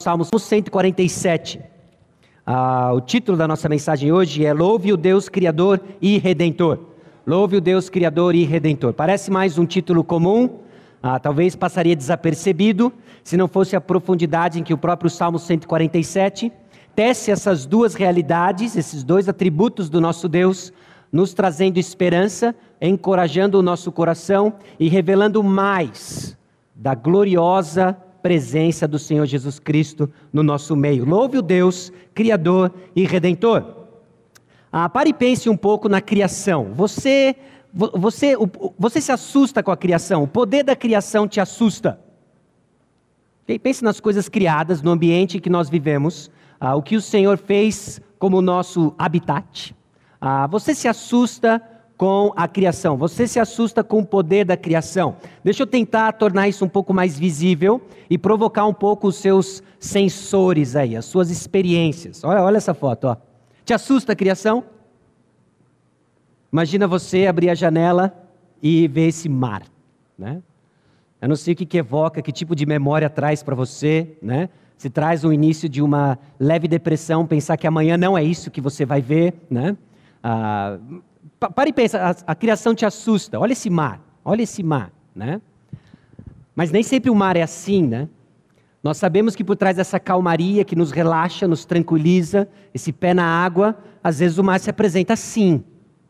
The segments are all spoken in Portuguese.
Salmo 147. O título da nossa mensagem hoje é Louve o Deus Criador e Redentor. Louve o Deus Criador e Redentor. Parece mais um título comum, talvez passaria desapercebido, se não fosse a profundidade em que o próprio Salmo 147 tece essas duas realidades, esses dois atributos do nosso Deus, nos trazendo esperança, encorajando o nosso coração e revelando mais da gloriosa presença do Senhor Jesus Cristo no nosso meio. Louve o Deus Criador e Redentor. Pare e pense um pouco na criação. Você se assusta com a criação? O poder da criação te assusta? Pense nas coisas criadas, no ambiente em que nós vivemos, o que o Senhor fez como nosso habitat. Você se assusta com a criação, você se assusta com o poder da criação. Deixa eu tentar tornar isso um pouco mais visível e provocar um pouco os seus sensores aí, as suas experiências. Olha essa foto, ó. Te assusta a criação? Imagina você abrir a janela e ver esse mar, né? Eu não sei o que evoca, que tipo de memória traz para você, né? Se traz o início de uma leve depressão, pensar que amanhã não é isso que você vai ver, né? Pare e pensa, a criação te assusta, olha esse mar, né? Mas nem sempre o mar é assim, né? Nós sabemos que por trás dessa calmaria que nos relaxa, nos tranquiliza, esse pé na água, às vezes o mar se apresenta assim.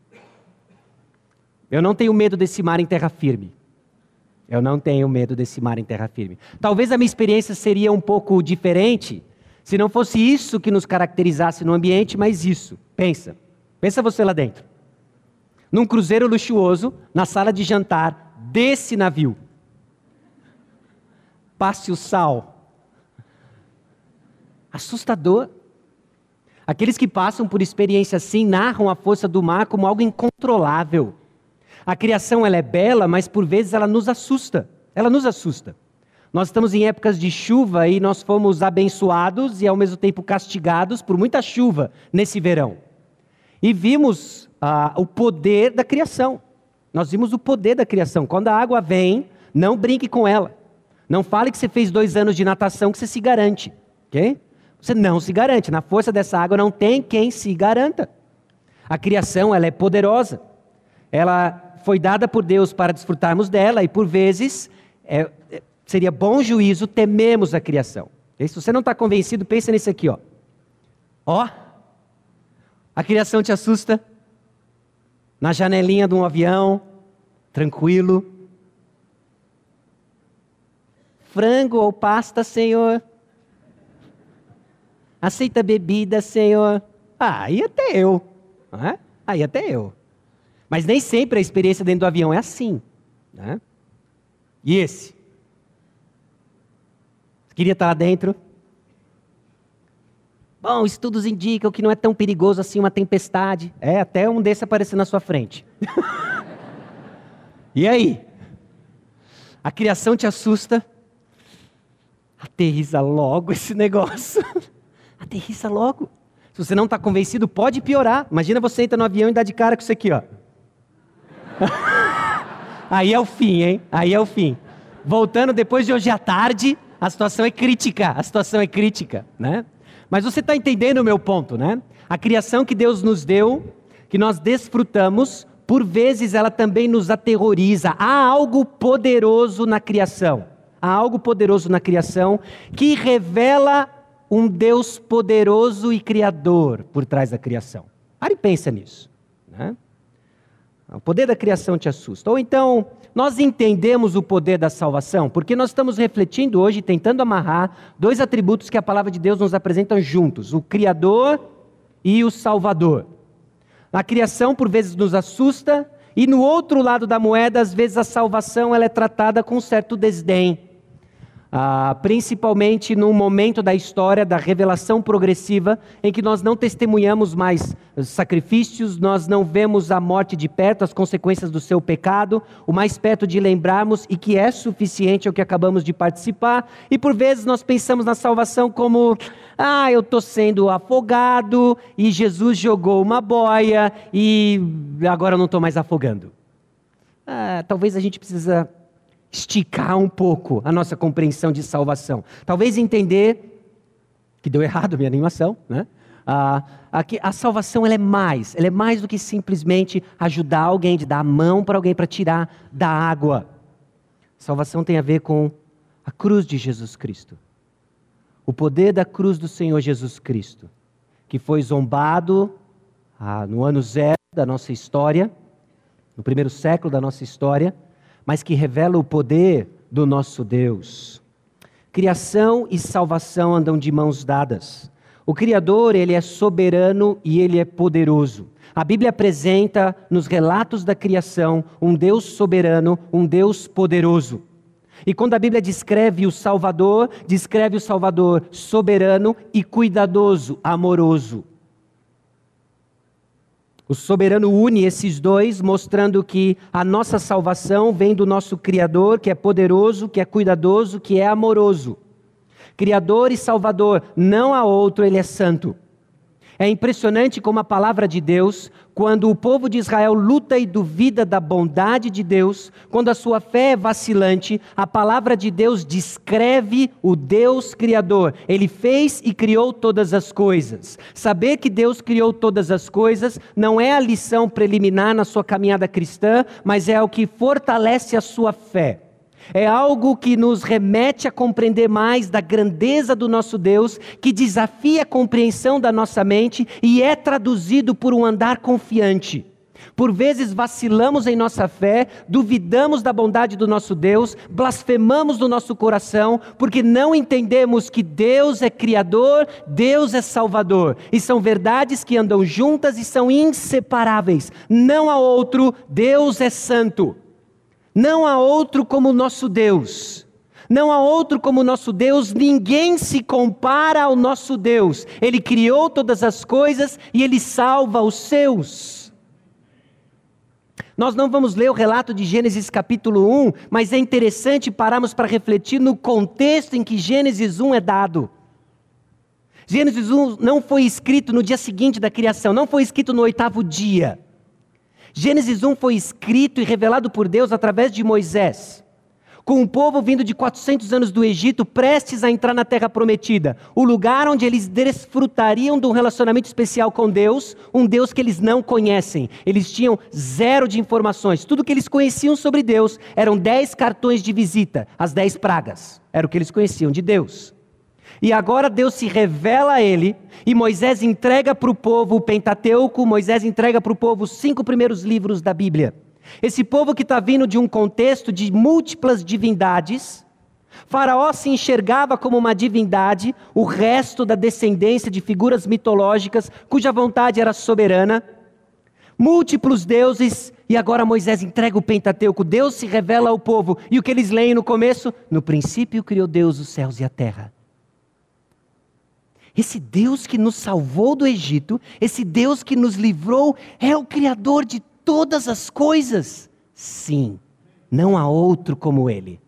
Eu não tenho medo desse mar em terra firme. Talvez a minha experiência seria um pouco diferente, se não fosse isso que nos caracterizasse no ambiente, mas isso. Pensa você lá dentro. Num cruzeiro luxuoso, na sala de jantar desse navio. Passe o sal. Assustador. Aqueles que passam por experiência assim narram a força do mar como algo incontrolável. A criação ela é bela, mas por vezes ela nos assusta. Nós estamos em épocas de chuva e nós fomos abençoados e ao mesmo tempo castigados por muita chuva nesse verão. E vimos o poder da criação. Nós vimos o poder da criação. Quando a água vem, não brinque com ela. Não fale que você fez 2 anos de natação que você se garante. Okay? Você não se garante. Na força dessa água não tem quem se garanta. A criação ela é poderosa. Ela foi dada por Deus para desfrutarmos dela e por vezes seria bom juízo tememos a criação. E se você não está convencido, pensa nisso aqui. A criação te assusta? Na janelinha de um avião, tranquilo. Frango ou pasta, Senhor? Aceita bebida, Senhor? Aí até eu. Aí até eu. Mas nem sempre a experiência dentro do avião é assim, né? E esse? Queria estar lá dentro? Bom, estudos indicam que não é tão perigoso assim uma tempestade. Até um desse aparecer na sua frente. E aí? A criação te assusta? Aterriza logo esse negócio. Aterriza logo. Se você não está convencido, pode piorar. Imagina você entra no avião e dá de cara com isso aqui, ó. Aí é o fim, hein? Aí é o fim. Voltando depois de hoje à tarde, a situação é crítica, né? Mas você está entendendo o meu ponto, né? A criação que Deus nos deu, que nós desfrutamos, por vezes ela também nos aterroriza. Há algo poderoso na criação. Que revela um Deus poderoso e criador por trás da criação. Pare e pensa nisso, né? O poder da criação te assusta. Ou então, nós entendemos o poder da salvação, porque nós estamos refletindo hoje, tentando amarrar 2 atributos que a palavra de Deus nos apresenta juntos, o Criador e o Salvador. A criação, por vezes, nos assusta, e no outro lado da moeda, às vezes, a salvação ela é tratada com um certo desdém. Principalmente num momento da história da revelação progressiva, em que nós não testemunhamos mais sacrifícios, nós não vemos a morte de perto, as consequências do seu pecado, o mais perto de lembrarmos, e que é suficiente ao que acabamos de participar, e por vezes nós pensamos na salvação como, eu estou sendo afogado, e Jesus jogou uma boia, e agora eu não estou mais afogando. Talvez a gente precisa esticar um pouco a nossa compreensão de salvação. Talvez entender que deu errado a minha animação, né? A salvação ela é mais do que simplesmente ajudar alguém, de dar a mão para alguém para tirar da água. Salvação tem a ver com a cruz de Jesus Cristo. O poder da cruz do Senhor Jesus Cristo, que foi zombado no ano zero da nossa história, no primeiro século da nossa história, mas que revela o poder do nosso Deus. Criação e salvação andam de mãos dadas. O Criador, ele é soberano e ele é poderoso. A Bíblia apresenta nos relatos da criação um Deus soberano, um Deus poderoso. E quando a Bíblia descreve o Salvador soberano e cuidadoso, amoroso. O soberano une esses dois, mostrando que a nossa salvação vem do nosso Criador, que é poderoso, que é cuidadoso, que é amoroso. Criador e Salvador, não há outro, ele é santo. É impressionante como a palavra de Deus, quando o povo de Israel luta e duvida da bondade de Deus, quando a sua fé é vacilante, a palavra de Deus descreve o Deus Criador. Ele fez e criou todas as coisas. Saber que Deus criou todas as coisas não é a lição preliminar na sua caminhada cristã, mas é o que fortalece a sua fé. É algo que nos remete a compreender mais da grandeza do nosso Deus, que desafia a compreensão da nossa mente e é traduzido por um andar confiante. Por vezes vacilamos em nossa fé, duvidamos da bondade do nosso Deus, blasfemamos do nosso coração, porque não entendemos que Deus é Criador, Deus é Salvador. E são verdades que andam juntas e são inseparáveis. Não há outro, Deus é santo. Não há outro como o nosso Deus. Não há outro como o nosso Deus, ninguém se compara ao nosso Deus. Ele criou todas as coisas e Ele salva os seus. Nós não vamos ler o relato de Gênesis capítulo 1, mas é interessante pararmos para refletir no contexto em que Gênesis 1 é dado. Gênesis 1 não foi escrito no dia seguinte da criação, não foi escrito no 8º dia. Gênesis 1 foi escrito e revelado por Deus através de Moisés, com o povo vindo de 400 anos do Egito, prestes a entrar na terra prometida, o lugar onde eles desfrutariam de um relacionamento especial com Deus, um Deus que eles não conhecem. Eles tinham zero de informações, tudo que eles conheciam sobre Deus eram 10 cartões de visita, as 10 pragas, era o que eles conheciam de Deus. E agora Deus se revela a ele, e Moisés entrega para o povo o Pentateuco, Moisés entrega para o povo os 5 primeiros livros da Bíblia. Esse povo que está vindo de um contexto de múltiplas divindades, Faraó se enxergava como uma divindade, o resto da descendência de figuras mitológicas, cuja vontade era soberana, múltiplos deuses, e agora Moisés entrega o Pentateuco, Deus se revela ao povo, e o que eles leem no começo? No princípio criou Deus os céus e a terra. Esse Deus que nos salvou do Egito, esse Deus que nos livrou, é o Criador de todas as coisas. Sim, não há outro como Ele.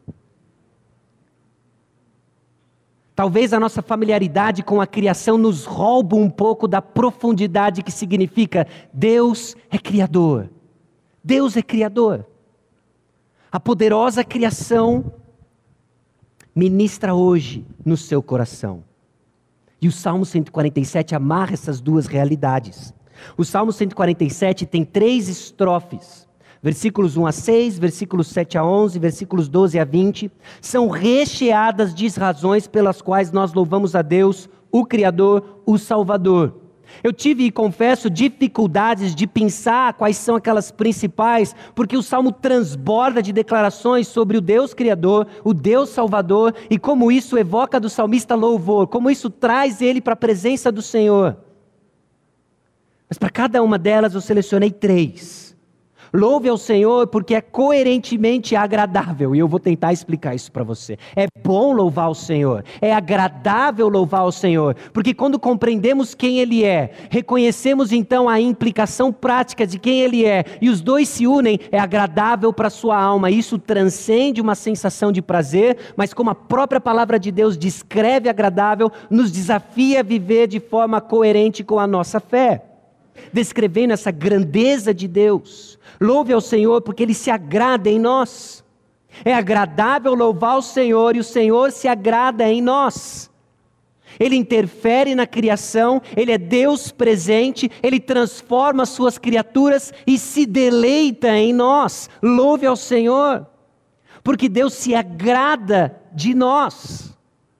Talvez a nossa familiaridade com a criação nos roube um pouco da profundidade que significa Deus é Criador. Deus é Criador. A poderosa criação ministra hoje no seu coração. E o Salmo 147 amarra essas duas realidades. O Salmo 147 tem 3 estrofes. Versículos 1 a 6, versículos 7 a 11, versículos 12 a 20. São recheadas de razões pelas quais nós louvamos a Deus, o Criador, o Salvador. Eu tive, e confesso, dificuldades de pensar quais são aquelas principais, porque o Salmo transborda de declarações sobre o Deus Criador, o Deus Salvador, e como isso evoca do salmista louvor, como isso traz ele para a presença do Senhor. Mas para cada uma delas eu selecionei 3. Louve ao Senhor porque é coerentemente agradável. E eu vou tentar explicar isso para você. É bom louvar ao Senhor. É agradável louvar ao Senhor. Porque quando compreendemos quem Ele é, reconhecemos então a implicação prática de quem Ele é, e os dois se unem, é agradável para a sua alma. Isso transcende uma sensação de prazer, mas como a própria palavra de Deus descreve agradável, nos desafia a viver de forma coerente com a nossa fé. Descrevendo essa grandeza de Deus. Louve ao Senhor porque Ele se agrada em nós. É agradável louvar o Senhor e o Senhor se agrada em nós. Ele interfere na criação, Ele é Deus presente, Ele transforma as suas criaturas e se deleita em nós. Louve ao Senhor, porque Deus se agrada de nós.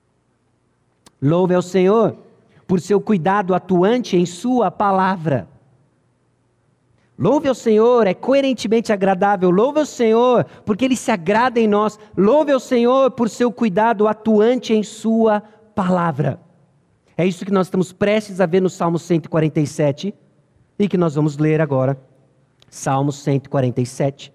Louve ao Senhor por seu cuidado atuante em sua palavra. Louve ao Senhor, é coerentemente agradável. Louve ao Senhor, porque Ele se agrada em nós. Louve ao Senhor por seu cuidado atuante em sua palavra. É isso que nós estamos prestes a ver no Salmo 147 e que nós vamos ler agora. Salmo 147.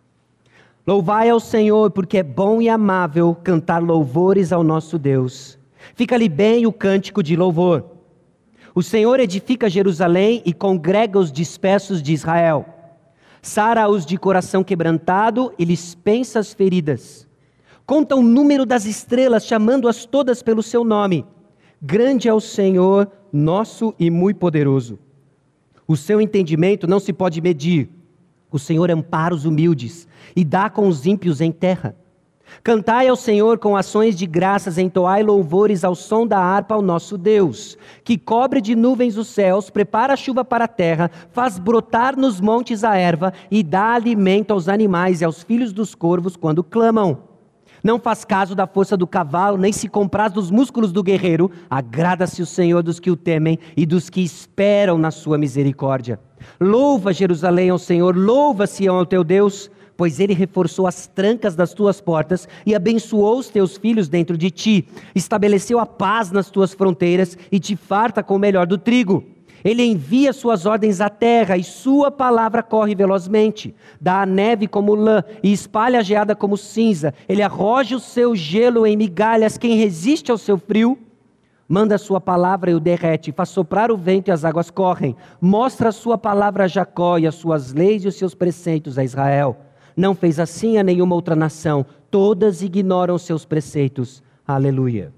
Louvai ao Senhor, porque é bom e amável cantar louvores ao nosso Deus. Fica-lhe bem o cântico de louvor. O Senhor edifica Jerusalém e congrega os dispersos de Israel. Sara-os de coração quebrantado e lhes pensa as feridas. Conta o número das estrelas, chamando-as todas pelo seu nome. Grande é o Senhor, nosso e muito poderoso. O seu entendimento não se pode medir. O Senhor ampara os humildes e dá com os ímpios em terra. Cantai ao Senhor com ações de graças, entoai louvores ao som da harpa ao nosso Deus, que cobre de nuvens os céus, prepara a chuva para a terra, faz brotar nos montes a erva e dá alimento aos animais e aos filhos dos corvos quando clamam. Não faz caso da força do cavalo, nem se compraz dos músculos do guerreiro. Agrada-se o Senhor dos que o temem e dos que esperam na sua misericórdia. Louva, Jerusalém, ao Senhor, louva, Sião, ao teu Deus, pois Ele reforçou as trancas das tuas portas e abençoou os teus filhos dentro de ti. Estabeleceu a paz nas tuas fronteiras e te farta com o melhor do trigo. Ele envia suas ordens à terra e sua palavra corre velozmente. Dá a neve como lã e espalha a geada como cinza. Ele arroja o seu gelo em migalhas. Quem resiste ao seu frio? Manda a sua palavra e o derrete. Faz soprar o vento e as águas correm. Mostra a sua palavra a Jacó e as suas leis e os seus preceitos a Israel. Não fez assim a nenhuma outra nação. Todas ignoram seus preceitos. Aleluia.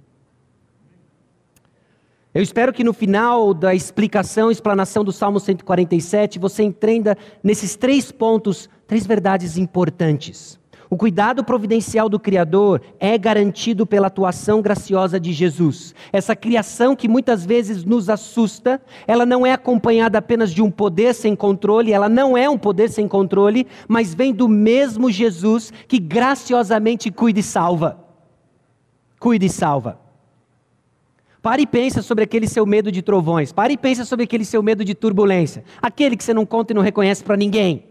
Eu espero que no final da explanação do Salmo 147, você entenda nesses 3 pontos, 3 verdades importantes. O cuidado providencial do Criador é garantido pela atuação graciosa de Jesus. Essa criação que muitas vezes nos assusta, ela não é acompanhada apenas de um poder sem controle, ela não é um poder sem controle, mas vem do mesmo Jesus que graciosamente cuida e salva. Cuida e salva. Pare e pensa sobre aquele seu medo de trovões. Pare e pensa sobre aquele seu medo de turbulência. Aquele que você não conta e não reconhece para ninguém.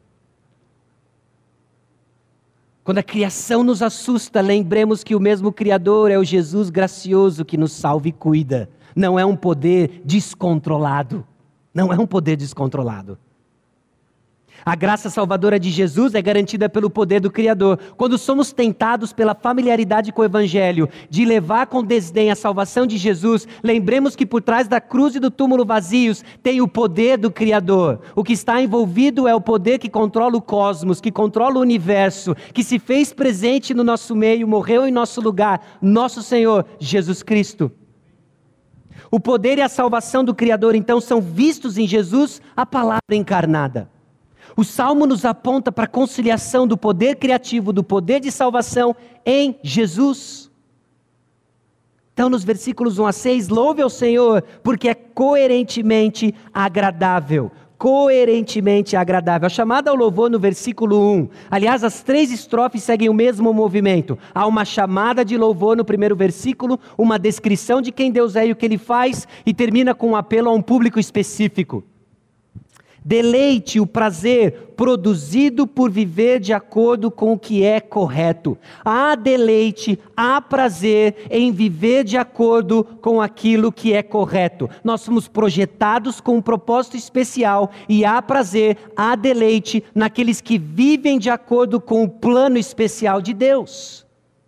Quando a criação nos assusta, lembremos que o mesmo Criador é o Jesus gracioso que nos salva e cuida. Não é um poder descontrolado. Não é um poder descontrolado. A graça salvadora de Jesus é garantida pelo poder do Criador. Quando somos tentados pela familiaridade com o Evangelho, de levar com desdém a salvação de Jesus, lembremos que por trás da cruz e do túmulo vazios tem o poder do Criador. O que está envolvido é o poder que controla o cosmos, que controla o universo, que se fez presente no nosso meio, morreu em nosso lugar, nosso Senhor Jesus Cristo. O poder e a salvação do Criador, então, são vistos em Jesus, a palavra encarnada. O Salmo nos aponta para a conciliação do poder criativo, do poder de salvação em Jesus. Então, nos versículos 1 a 6, louve ao Senhor, porque é coerentemente agradável. Coerentemente agradável. A chamada ao louvor no versículo 1. Aliás, as 3 estrofes seguem o mesmo movimento. Há uma chamada de louvor no primeiro versículo, uma descrição de quem Deus é e o que Ele faz, e termina com um apelo a um público específico. Deleite o prazer produzido por viver de acordo com o que é correto. Há deleite, há prazer em viver de acordo com aquilo que é correto. Nós somos projetados com um propósito especial e há prazer, há deleite naqueles que vivem de acordo com o plano especial de Deus.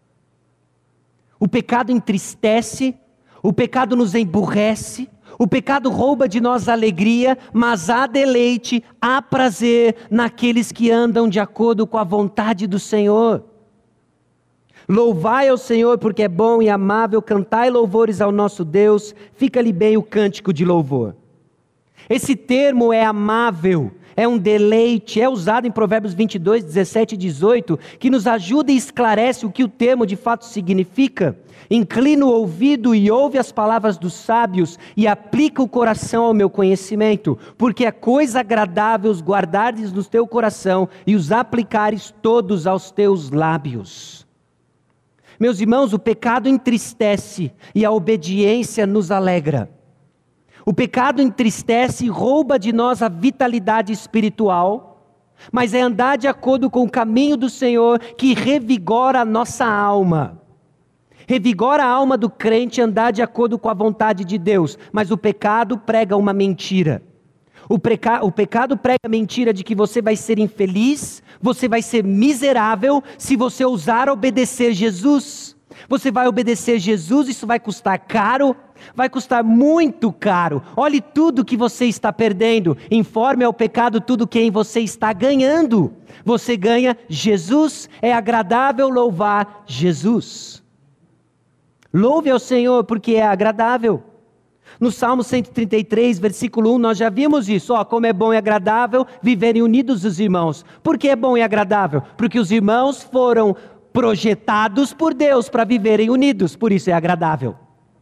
O pecado entristece, o pecado nos emburrece, o pecado rouba de nós a alegria, mas há deleite, há prazer naqueles que andam de acordo com a vontade do Senhor. Louvai ao Senhor porque é bom e amável, cantai louvores ao nosso Deus, fica-lhe bem o cântico de louvor. Esse termo é amável, é um deleite, é usado em Provérbios 22, 17 e 18, que nos ajuda e esclarece o que o termo de fato significa. Inclina o ouvido e ouve as palavras dos sábios e aplica o coração ao meu conhecimento, porque é coisa agradável os guardares no teu coração e os aplicares todos aos teus lábios. Meus irmãos, o pecado entristece e a obediência nos alegra. O pecado entristece e rouba de nós a vitalidade espiritual, mas é andar de acordo com o caminho do Senhor que revigora a nossa alma. Revigora a alma do crente andar de acordo com a vontade de Deus, mas o pecado prega uma mentira. O pecado prega a mentira de que você vai ser infeliz, você vai ser miserável se você ousar obedecer Jesus. Você vai obedecer Jesus, isso vai custar caro, vai custar muito caro. Olhe tudo que você está perdendo, informe ao pecado tudo que em você está ganhando. Você ganha Jesus, é agradável louvar Jesus. Louve ao Senhor porque é agradável. No Salmo 133, versículo 1, nós já vimos isso. Como é bom e agradável viverem unidos os irmãos. Por que é bom e agradável? Porque os irmãos foram projetados por Deus para viverem unidos, por isso é agradável.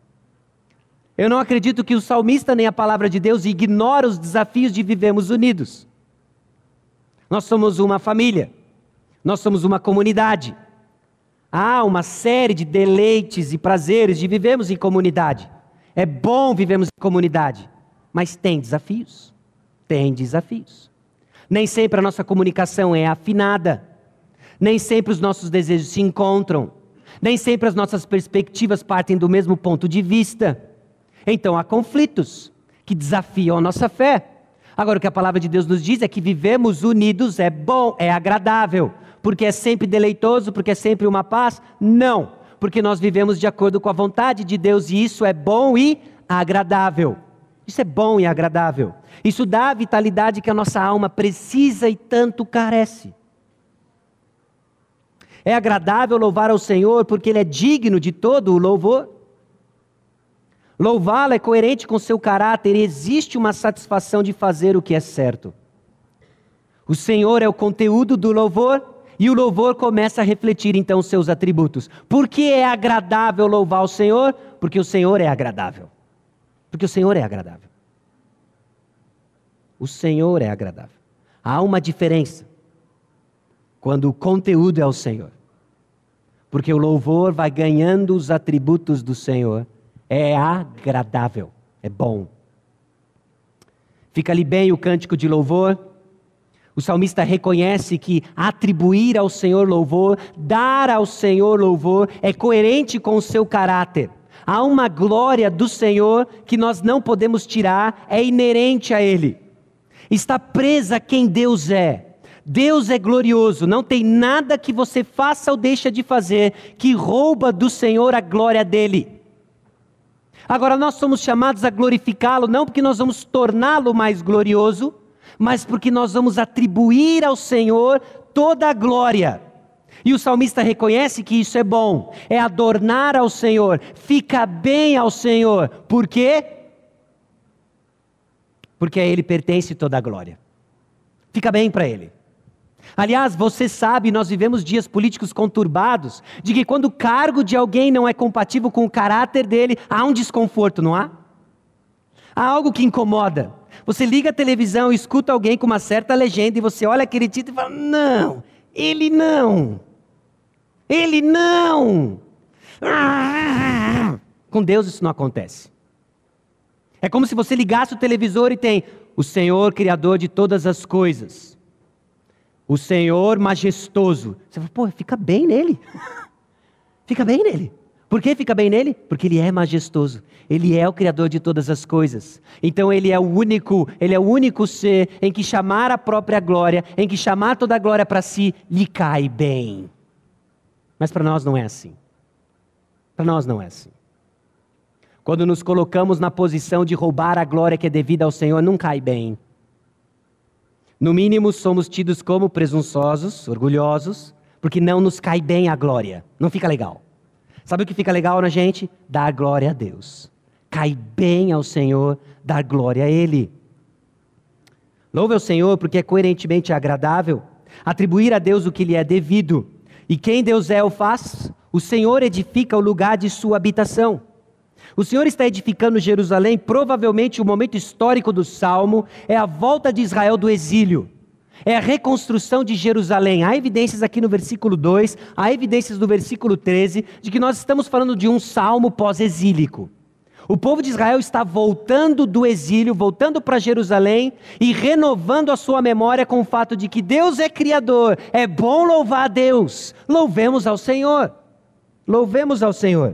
Eu não acredito que o salmista nem a palavra de Deus ignora os desafios de vivermos unidos. Nós somos uma família, nós somos uma comunidade. Há uma série de deleites e prazeres de vivermos em comunidade. É bom vivermos em comunidade, mas tem desafios. Tem desafios. Nem sempre a nossa comunicação é afinada. Nem sempre os nossos desejos se encontram. Nem sempre as nossas perspectivas partem do mesmo ponto de vista. Então há conflitos que desafiam a nossa fé. Agora o que a palavra de Deus nos diz é que vivemos unidos é bom, é agradável. Porque é sempre deleitoso, porque é sempre uma paz? Não, porque nós vivemos de acordo com a vontade de Deus e isso é bom e agradável. Isso é bom e agradável. Isso dá a vitalidade que a nossa alma precisa e tanto carece. É agradável louvar ao Senhor porque Ele é digno de todo o louvor. Louvá-lo é coerente com seu caráter e existe uma satisfação de fazer o que é certo. O Senhor é o conteúdo do louvor. E o louvor começa a refletir então os seus atributos. Por que é agradável louvar o Senhor? Porque o Senhor é agradável. Porque o Senhor é agradável. O Senhor é agradável. Há uma diferença quando o conteúdo é o Senhor. Porque o louvor vai ganhando os atributos do Senhor. É agradável, é bom. Fica ali bem o cântico de louvor. O salmista reconhece que atribuir ao Senhor louvor, dar ao Senhor louvor, é coerente com o seu caráter. Há uma glória do Senhor que nós não podemos tirar, é inerente a Ele. Está presa a quem Deus é. Deus é glorioso, não tem nada que você faça ou deixa de fazer que rouba do Senhor a glória dEle. Agora nós somos chamados a glorificá-lo, não porque nós vamos torná-lo mais glorioso, mas porque nós vamos atribuir ao Senhor toda a glória. E o salmista reconhece que isso é bom, é adornar ao Senhor, fica bem ao Senhor. Por quê? Porque a Ele pertence toda a glória. Fica bem para Ele. Aliás, você sabe, nós vivemos dias políticos conturbados, de que quando o cargo de alguém não é compatível com o caráter dele, há um desconforto, não há? Há algo que incomoda. Você liga a televisão e escuta alguém com uma certa legenda e você olha aquele título e fala, não, ele não. Ele não. Com Deus isso não acontece. É como se você ligasse o televisor e tem o Senhor Criador de todas as coisas. O Senhor majestoso. Você fala, fica bem nele. Fica bem nele. Por que fica bem nele? Porque Ele é majestoso. Ele é o Criador de todas as coisas. Então Ele é o único ser em que chamar a própria glória, em que chamar toda a glória para si, lhe cai bem. Mas para nós não é assim. Para nós não é assim. Quando nos colocamos na posição de roubar a glória que é devida ao Senhor, não cai bem. No mínimo somos tidos como presunçosos, orgulhosos, porque não nos cai bem a glória. Não fica legal. Sabe o que fica legal na gente? Dar glória a Deus. Cai bem ao Senhor, dar glória a Ele. Louve ao Senhor porque é coerentemente agradável atribuir a Deus o que lhe é devido. E quem Deus é o faz? O Senhor edifica o lugar de sua habitação. O Senhor está edificando Jerusalém. Provavelmente o momento histórico do Salmo é a volta de Israel do exílio. É a reconstrução de Jerusalém. Há evidências aqui no versículo 2, há evidências no versículo 13, de que nós estamos falando de um salmo pós-exílico. O povo de Israel está voltando do exílio, voltando para Jerusalém e renovando a sua memória com o fato de que Deus é Criador. É bom louvar a Deus. Louvemos ao Senhor. Louvemos ao Senhor.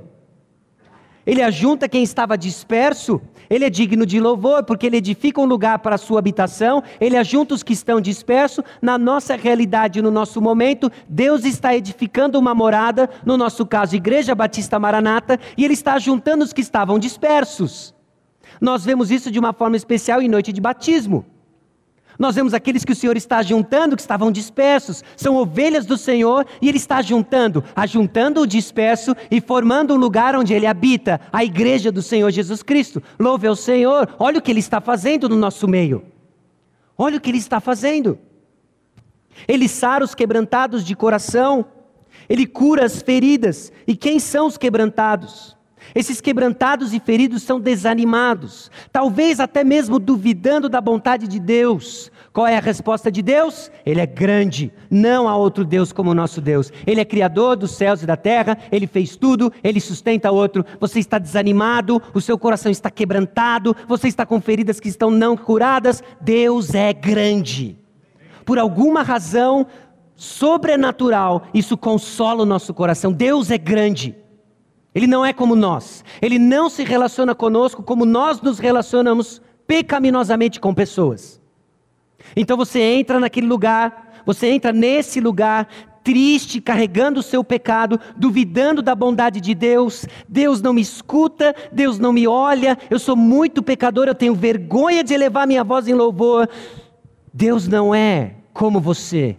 Ele ajunta quem estava disperso. Ele é digno de louvor, porque ele edifica um lugar para a sua habitação. Ele ajunta os que estão dispersos. Na nossa realidade, no nosso momento, Deus está edificando uma morada, no nosso caso, Igreja Batista Maranata, e Ele está ajuntando os que estavam dispersos. Nós vemos isso de uma forma especial em noite de batismo. Nós vemos aqueles que o Senhor está ajuntando, que estavam dispersos, são ovelhas do Senhor, e Ele está ajuntando o disperso e formando um lugar onde Ele habita, a igreja do Senhor Jesus Cristo. Louve ao Senhor, olha o que Ele está fazendo no nosso meio. Olha o que Ele está fazendo. Ele sara os quebrantados de coração, Ele cura as feridas. E quem são os quebrantados? Esses quebrantados e feridos são desanimados, talvez até mesmo duvidando da vontade de Deus. Qual é a resposta de Deus? Ele é grande, não há outro Deus como o nosso Deus. Ele é Criador dos céus e da terra, Ele fez tudo, Ele sustenta outro. Você está desanimado, o seu coração está quebrantado, você está com feridas que estão não curadas. Deus é grande. Por alguma razão sobrenatural, isso consola o nosso coração. Deus é grande. Ele não é como nós. Ele não se relaciona conosco como nós nos relacionamos pecaminosamente com pessoas. Então você entra naquele lugar, você entra nesse lugar triste, carregando o seu pecado, duvidando da bondade de Deus. Deus não me escuta, Deus não me olha, eu sou muito pecador, eu tenho vergonha de elevar minha voz em louvor. Deus não é como você.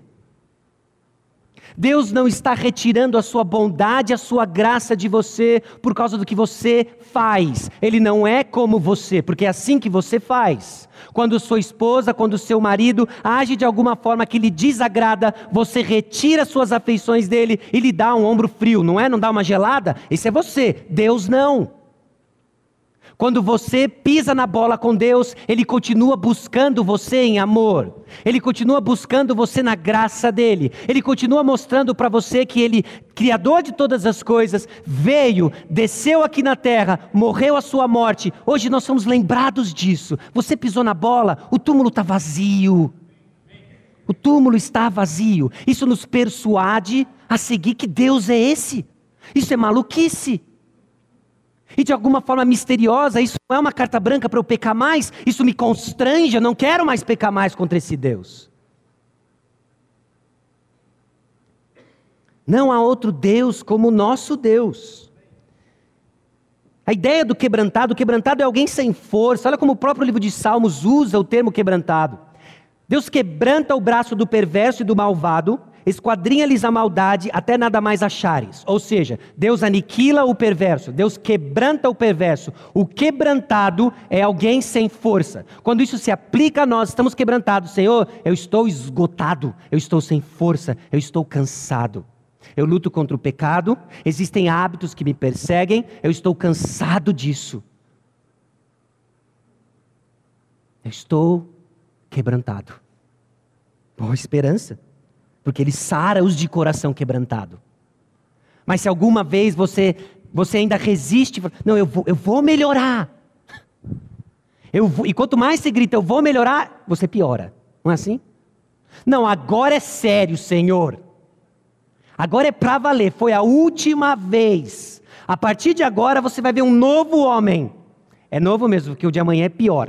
Deus não está retirando a sua bondade, a sua graça de você por causa do que você faz. Ele não é como você, porque é assim que você faz. Quando sua esposa, quando seu marido age de alguma forma que lhe desagrada, você retira suas afeições dele e lhe dá um ombro frio, não é? Não dá uma gelada? Esse é você, Deus não. Quando você pisa na bola com Deus, Ele continua buscando você em amor. Ele continua buscando você na graça dEle. Ele continua mostrando para você que Ele, Criador de todas as coisas, veio, desceu aqui na terra, morreu a sua morte. Hoje nós somos lembrados disso. Você pisou na bola, o túmulo está vazio. O túmulo está vazio. Isso nos persuade a seguir que Deus é esse. Isso é maluquice. E de alguma forma misteriosa, isso não é uma carta branca para eu pecar mais, isso me constrange, eu não quero mais pecar mais contra esse Deus. Não há outro Deus como o nosso Deus. A ideia do quebrantado é alguém sem força. Olha como o próprio livro de Salmos usa o termo quebrantado. Deus quebranta o braço do perverso e do malvado, esquadrinha-lhes a maldade até nada mais achares. Ou seja, Deus aniquila o perverso, Deus quebranta o perverso. O quebrantado é alguém sem força. Quando isso se aplica a nós, estamos quebrantados. Senhor, eu estou esgotado, eu estou sem força, eu estou cansado. Eu luto contra o pecado, existem hábitos que me perseguem, eu estou cansado disso. Eu estou quebrantado. Boa esperança. Porque Ele sara os de coração quebrantado. Mas se alguma vez você ainda resiste, não, eu vou melhorar. E quanto mais você grita, eu vou melhorar, você piora. Não é assim? Não, agora é sério, Senhor. Agora é para valer, foi a última vez. A partir de agora você vai ver um novo homem. É novo mesmo, porque o de amanhã é pior.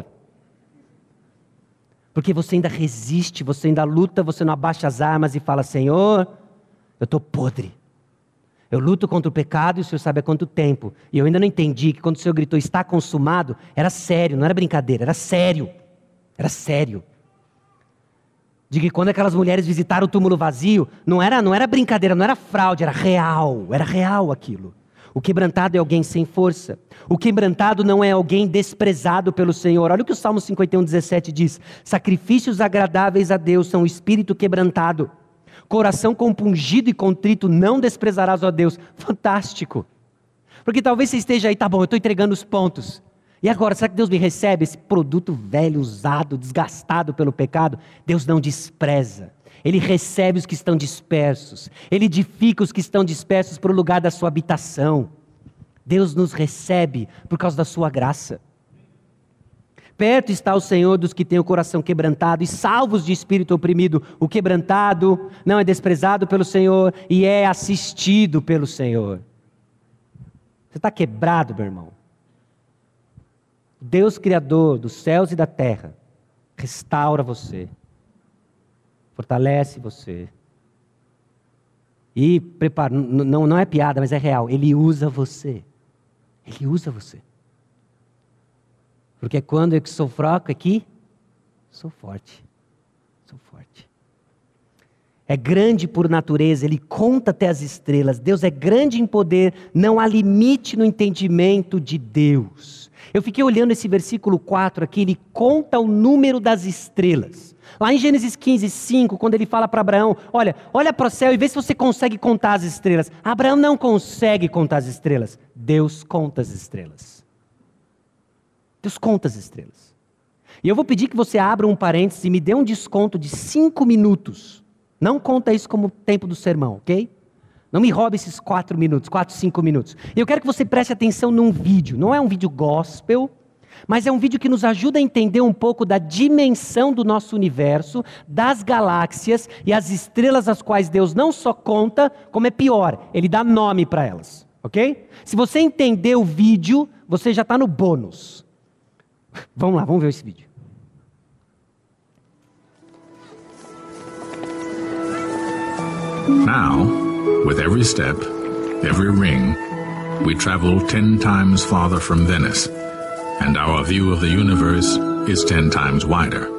Porque você ainda resiste, você ainda luta, você não abaixa as armas e fala, Senhor, eu estou podre. Eu luto contra o pecado e o Senhor sabe há quanto tempo. E eu ainda não entendi que quando o Senhor gritou, está consumado, era sério, não era brincadeira, era sério. Era sério. De que quando aquelas mulheres visitaram o túmulo vazio, não era brincadeira, não era fraude, era real aquilo. O quebrantado é alguém sem força. O quebrantado não é alguém desprezado pelo Senhor. Olha o que o Salmo 51:17 diz: sacrifícios agradáveis a Deus são o espírito quebrantado. Coração compungido e contrito não desprezarás, ó Deus. Fantástico. Porque talvez você esteja aí, tá bom, eu estou entregando os pontos. E agora, será que Deus me recebe esse produto velho, usado, desgastado pelo pecado? Deus não despreza. Ele recebe os que estão dispersos. Ele edifica os que estão dispersos para o lugar da sua habitação. Deus nos recebe por causa da sua graça. Perto está o Senhor dos que têm o coração quebrantado e salvos de espírito oprimido. O quebrantado não é desprezado pelo Senhor e é assistido pelo Senhor. Você está quebrado, meu irmão? Deus Criador dos céus e da terra restaura você, fortalece você e prepara, não é piada, mas é real, Ele usa você. Ele usa você. Porque quando eu sou fraco aqui, sou forte. Sou forte. É grande por natureza, Ele conta até as estrelas. Deus é grande em poder, não há limite no entendimento de Deus. Eu fiquei olhando esse versículo 4 aqui, ele conta o número das estrelas. Lá em Gênesis 15:5, quando ele fala para Abraão, olha para o céu e vê se você consegue contar as estrelas. Abraão não consegue contar as estrelas. Deus conta as estrelas. Deus conta as estrelas. E eu vou pedir que você abra um parênteses e me dê um desconto de 5 minutos. Não conta isso como tempo do sermão, ok? Não me roube esses 4 minutos, 4, 5 minutos. E eu quero que você preste atenção num vídeo. Não é um vídeo gospel, mas é um vídeo que nos ajuda a entender um pouco da dimensão do nosso universo, das galáxias e as estrelas as quais Deus não só conta, como é pior, Ele dá nome para elas, ok? Se você entender o vídeo, você já está no bônus. Vamos lá, vamos ver esse vídeo. Now, with every step, every ring, we travel 10 times farther from Venice, and our view of the universe is 10 times wider.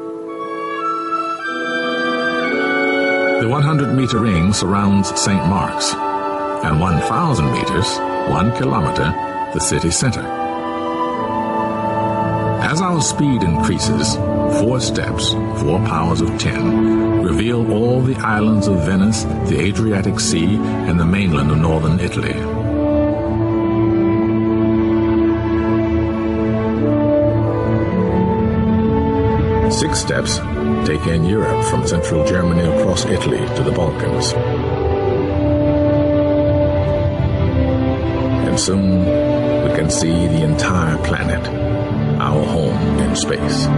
The 100-meter ring surrounds St. Mark's, and 1,000 meters, 1 kilometer, the city center. As our speed increases, 4 steps, 4 powers of 10, reveal all the islands of Venice, the Adriatic Sea, and the mainland of northern Italy. Six steps take in Europe from central Germany across Italy to the Balkans. And soon we can see the entire planet, our home in space.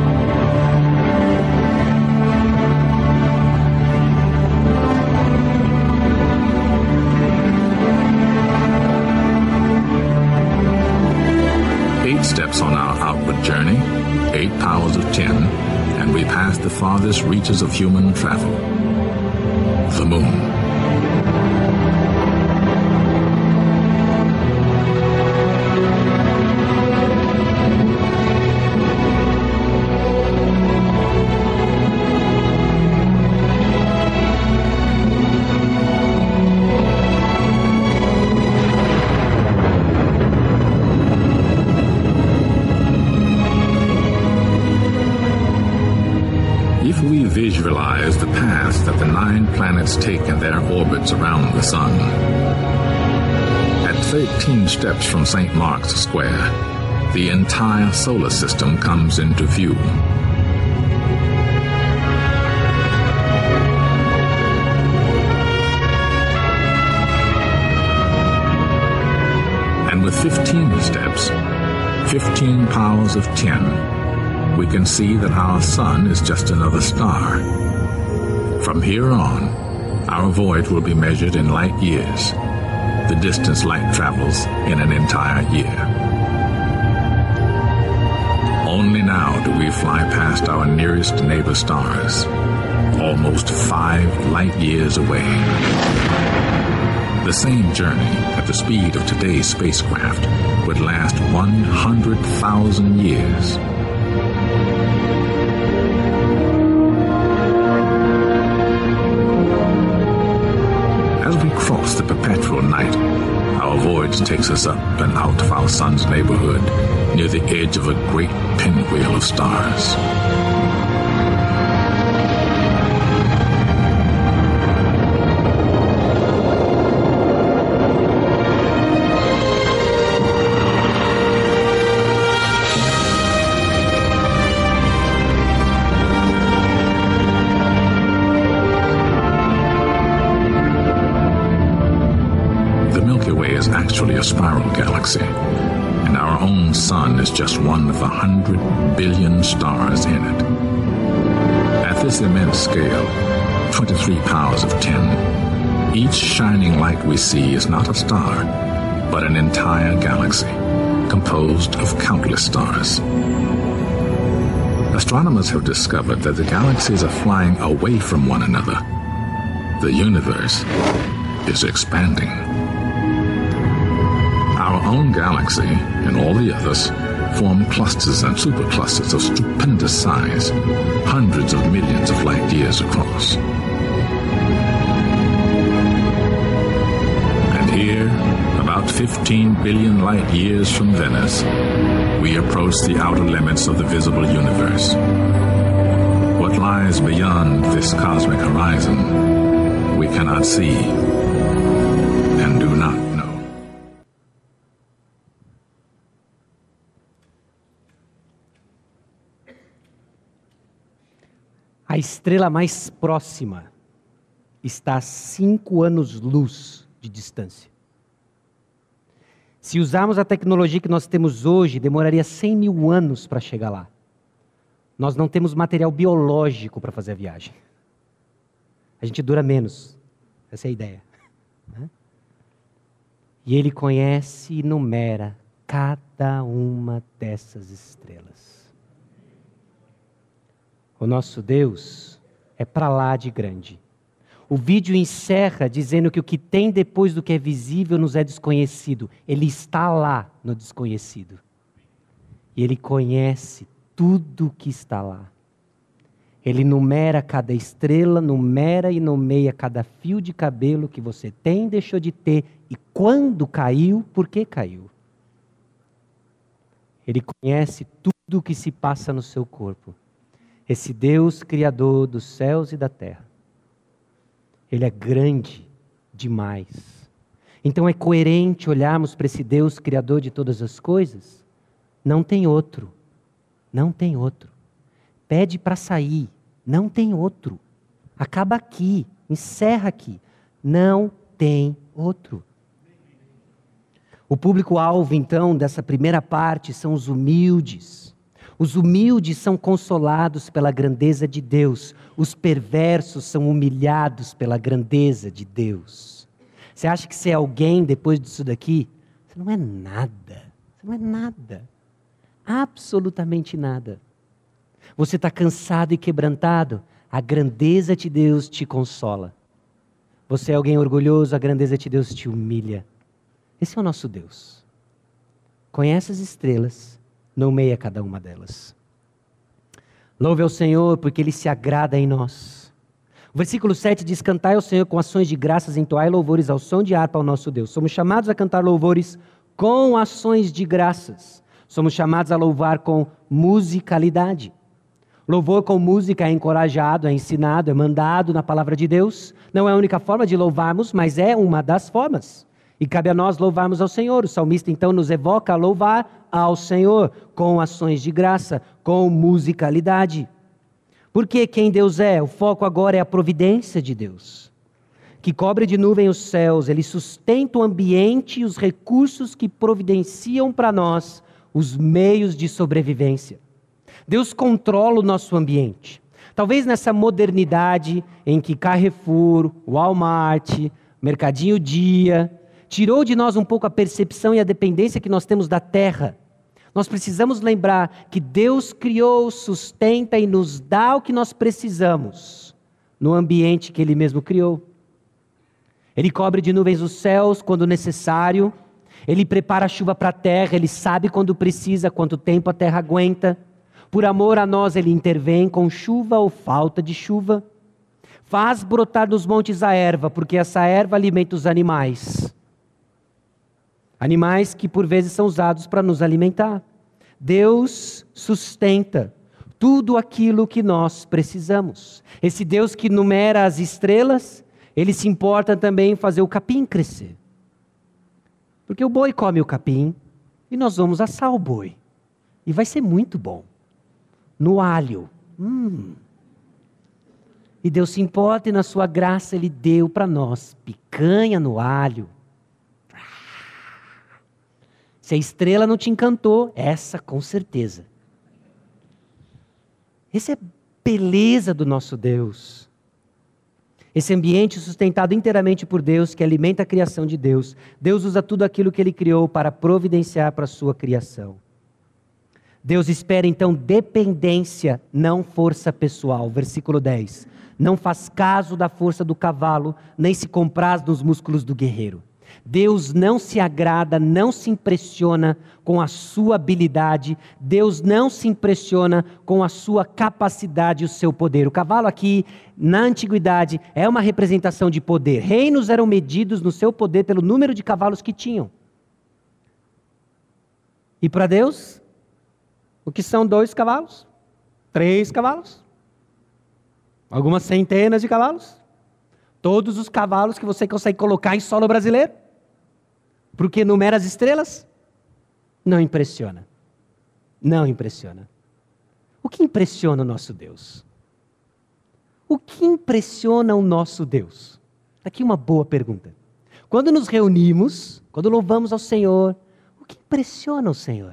Steps on our outward journey, 8 powers of 10, and we pass the farthest reaches of human travel, the moon. Visualize the path that the 9 planets take in their orbits around the sun. At 13 steps from St. Mark's Square, the entire solar system comes into view. And with 15 steps, 15 powers of 10, we can see that our sun is just another star. From here on, our voyage will be measured in light years, the distance light travels in an entire year. Only now do we fly past our nearest neighbor stars, almost 5 light years away. The same journey at the speed of today's spacecraft would last 100,000 years. As we cross the perpetual night, our voyage which takes us up and out of our sun's neighborhood, near the edge of a great pinwheel of stars. Actually a spiral galaxy, and our own sun is just one of 100 billion stars in it. At this immense scale, 23 powers of 10, each shining light we see is not a star, but an entire galaxy, composed of countless stars. Astronomers have discovered that the galaxies are flying away from one another. The universe is expanding. Our own galaxy and all the others form clusters and superclusters of stupendous size, hundreds of millions of light years across. And here, about 15 billion light years from Venice, we approach the outer limits of the visible universe. What lies beyond this cosmic horizon, we cannot see and do not know. A estrela mais próxima está a 5 anos-luz de distância. Se usarmos a tecnologia que nós temos hoje, demoraria 100 mil anos para chegar lá. Nós não temos material biológico para fazer a viagem. A gente dura menos. Essa é a ideia. E Ele conhece e numera cada uma dessas estrelas. O nosso Deus é para lá de grande. O vídeo encerra dizendo que o que tem depois do que é visível nos é desconhecido. Ele está lá no desconhecido. E Ele conhece tudo o que está lá. Ele numera cada estrela, numera e nomeia cada fio de cabelo que você tem e deixou de ter. E quando caiu, por que caiu? Ele conhece tudo o que se passa no seu corpo. Esse Deus criador dos céus e da terra. Ele é grande demais. Então é coerente olharmos para esse Deus criador de todas as coisas? Não tem outro. Não tem outro. Pede para sair. Não tem outro. Acaba aqui. Encerra aqui. Não tem outro. O público-alvo, então, dessa primeira parte são os humildes. Os humildes são consolados pela grandeza de Deus. Os perversos são humilhados pela grandeza de Deus. Você acha que você é alguém depois disso daqui? Você não é nada. Você não é nada. Absolutamente nada. Você está cansado e quebrantado? A grandeza de Deus te consola. Você é alguém orgulhoso? A grandeza de Deus te humilha. Esse é o nosso Deus. Conhece as estrelas. Nomeia cada uma delas. Louve ao Senhor, porque Ele se agrada em nós. O versículo 7 diz: cantai ao Senhor com ações de graças, entoai louvores ao som de harpa ao nosso Deus. Somos chamados a cantar louvores com ações de graças. Somos chamados a louvar com musicalidade. Louvor com música é encorajado, é ensinado, é mandado na palavra de Deus. Não é a única forma de louvarmos, mas é uma das formas. E cabe a nós louvarmos ao Senhor. O salmista então nos evoca a louvar ao Senhor com ações de graça, com musicalidade. Porque quem Deus é? O foco agora é a providência de Deus, que cobre de nuvem os céus. Ele sustenta o ambiente e os recursos que providenciam para nós os meios de sobrevivência. Deus controla o nosso ambiente. Talvez nessa modernidade em que Carrefour, Walmart, Mercadinho Dia tirou de nós um pouco a percepção e a dependência que nós temos da terra. Nós precisamos lembrar que Deus criou, sustenta e nos dá o que nós precisamos no ambiente que Ele mesmo criou. Ele cobre de nuvens os céus quando necessário. Ele prepara a chuva para a terra. Ele sabe quando precisa, quanto tempo a terra aguenta. Por amor a nós, Ele intervém com chuva ou falta de chuva. Faz brotar nos montes a erva, porque essa erva alimenta os animais. Animais que por vezes são usados para nos alimentar. Deus sustenta tudo aquilo que nós precisamos. Esse Deus que numera as estrelas, Ele se importa também em fazer o capim crescer. Porque o boi come o capim e nós vamos assar o boi. E vai ser muito bom. No alho. E Deus se importa e na sua graça Ele deu para nós picanha no alho. Se a estrela não te encantou, essa com certeza. Essa é a beleza do nosso Deus. Esse ambiente sustentado inteiramente por Deus, que alimenta a criação de Deus. Deus usa tudo aquilo que Ele criou para providenciar para a sua criação. Deus espera então dependência, não força pessoal. Versículo 10. Não faz caso da força do cavalo, nem se compraz nos músculos do guerreiro. Deus não se agrada, não se impressiona com a sua habilidade. Deus não se impressiona com a sua capacidade e o seu poder. O cavalo aqui, na antiguidade, é uma representação de poder. Reinos eram medidos no seu poder pelo número de cavalos que tinham. E para Deus, o que são 2 cavalos? 3 cavalos? Algumas centenas de cavalos? Todos os cavalos que você consegue colocar em solo brasileiro? Porque numera as estrelas? Não impressiona. Não impressiona. O que impressiona o nosso Deus? O que impressiona o nosso Deus? Aqui uma boa pergunta. Quando nos reunimos, quando louvamos ao Senhor, o que impressiona o Senhor?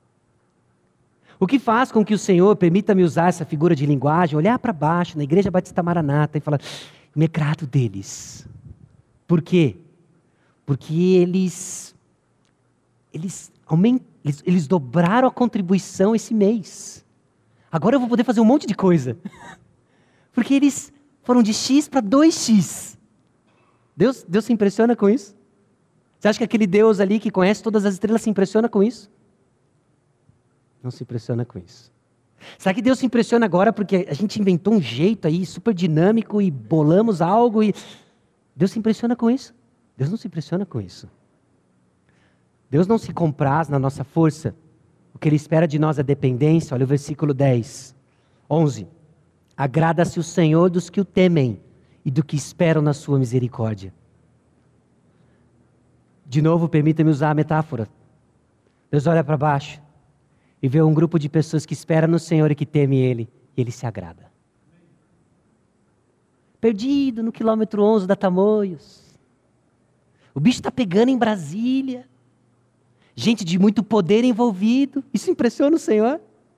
O que faz com que o Senhor permita-me usar essa figura de linguagem, olhar para baixo na Igreja Batista Maranata e falar, me agrado deles. Por quê? Porque eles dobraram a contribuição esse mês. Agora eu vou poder fazer um monte de coisa. Porque eles foram de X para 2X. Deus se impressiona com isso? Você acha que aquele Deus ali que conhece todas as estrelas se impressiona com isso? Não se impressiona com isso. Será que Deus se impressiona agora porque a gente inventou um jeito aí super dinâmico e bolamos algo e... Deus se impressiona com isso? Deus não se impressiona com isso. Deus não se compraz na nossa força. O que Ele espera de nós é dependência. Olha o versículo 10, 11. Agrada-se o Senhor dos que o temem e do que esperam na sua misericórdia. De novo, permita-me usar a metáfora. Deus olha para baixo e vê um grupo de pessoas que esperam no Senhor e que temem Ele, e Ele se agrada. Perdido no quilômetro 11 da Tamoios. O bicho está pegando em Brasília. Gente de muito poder envolvido. Isso impressiona o Senhor?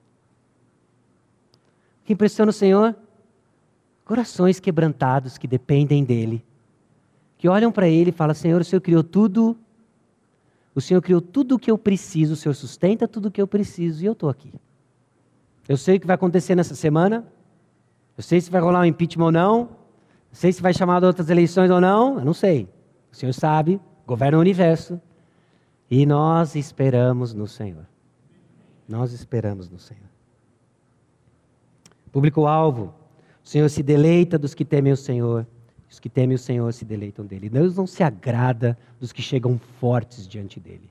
O que impressiona o Senhor? Corações quebrantados que dependem dEle. Que olham para Ele e falam, Senhor, o Senhor criou tudo. O Senhor criou tudo o que eu preciso. O Senhor sustenta tudo o que eu preciso. E eu estou aqui. Eu sei o que vai acontecer nessa semana. Eu sei se vai rolar um impeachment ou não. Eu sei se vai chamar de outras eleições ou não. Eu não sei. O Senhor sabe, governa o universo. E nós esperamos no Senhor. Nós esperamos no Senhor. Público-alvo. O Senhor se deleita dos que temem o Senhor. Os que temem o Senhor se deleitam dele. Deus não se agrada dos que chegam fortes diante dele.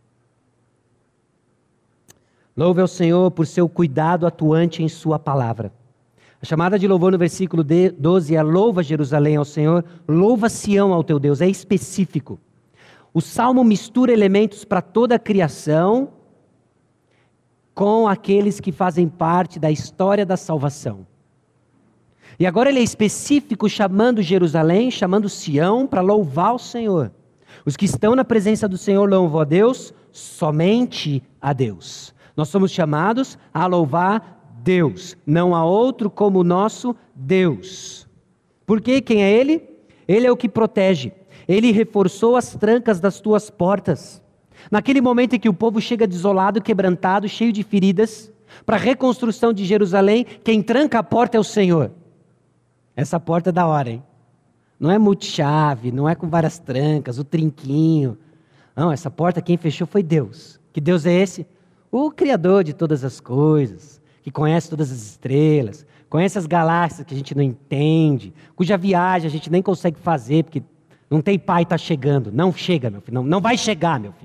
Louve ao Senhor por seu cuidado atuante em sua palavra. A chamada de louvor no versículo 12 é louva Jerusalém ao Senhor, louva Sião ao teu Deus, é específico. O Salmo mistura elementos para toda a criação com aqueles que fazem parte da história da salvação. E agora ele é específico chamando Jerusalém, chamando Sião para louvar o Senhor. Os que estão na presença do Senhor louvam a Deus, somente a Deus. Nós somos chamados a louvar Deus, não há outro como o nosso Deus. Por quê? Quem é Ele? Ele é o que protege. Ele reforçou as trancas das tuas portas. Naquele momento em que o povo chega desolado, quebrantado, cheio de feridas, para a reconstrução de Jerusalém, quem tranca a porta é o Senhor. Essa porta é da hora, hein? Não é multichave, não é com várias trancas, o trinquinho. Não, essa porta quem fechou foi Deus. Que Deus é esse? O Criador de todas as coisas, que conhece todas as estrelas, conhece as galáxias que a gente não entende, cuja viagem a gente nem consegue fazer, porque não tem pai, está chegando. Não chega, meu filho, não vai chegar, meu filho.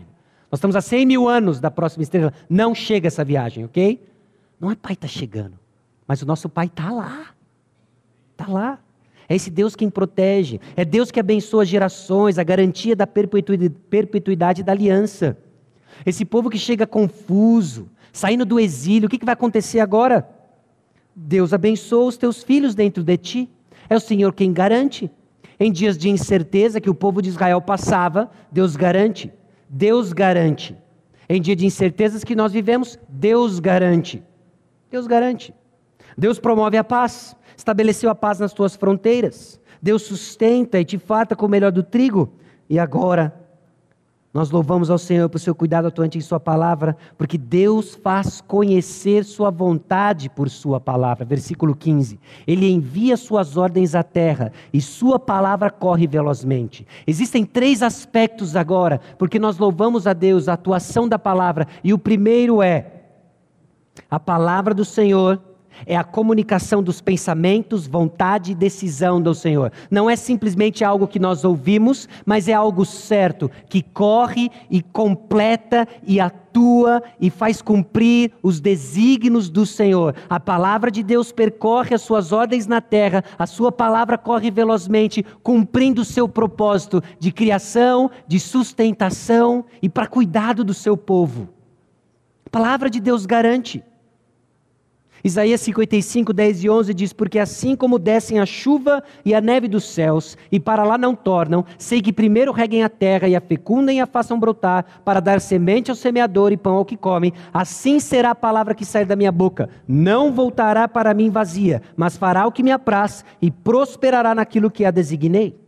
Nós estamos a 100 mil anos da próxima estrela. Não chega essa viagem, ok? Não é pai está chegando, mas o nosso pai está lá. Está lá. É esse Deus quem protege. É Deus que abençoa as gerações, a garantia da perpetuidade da aliança. Esse povo que chega confuso, saindo do exílio, o que vai acontecer agora? Deus abençoa os teus filhos dentro de ti. É o Senhor quem garante. Em dias de incerteza que o povo de Israel passava, Deus garante. Deus garante. Em dia de incertezas que nós vivemos, Deus garante. Deus garante. Deus promove a paz. Estabeleceu a paz nas tuas fronteiras. Deus sustenta e te farta com o melhor do trigo. E agora, nós louvamos ao Senhor por seu cuidado atuante em sua palavra, porque Deus faz conhecer sua vontade por sua palavra. Versículo 15. Ele envia suas ordens à terra e sua palavra corre velozmente. Existem 3 aspectos agora, porque nós louvamos a Deus, a atuação da palavra. E o primeiro é, a palavra do Senhor é a comunicação dos pensamentos, vontade e decisão do Senhor. Não é simplesmente algo que nós ouvimos, mas é algo certo, que corre e completa e atua e faz cumprir os desígnios do Senhor. A palavra de Deus percorre as suas ordens na terra, a sua palavra corre velozmente, cumprindo o seu propósito de criação, de sustentação e para cuidado do seu povo. A palavra de Deus garante. Isaías 55, 10 e 11 diz, porque assim como descem a chuva e a neve dos céus, e para lá não tornam, sei que primeiro reguem a terra e a fecundem e a façam brotar, para dar semente ao semeador e pão ao que come, assim será a palavra que sair da minha boca. Não voltará para mim vazia, mas fará o que me apraz e prosperará naquilo que a designei.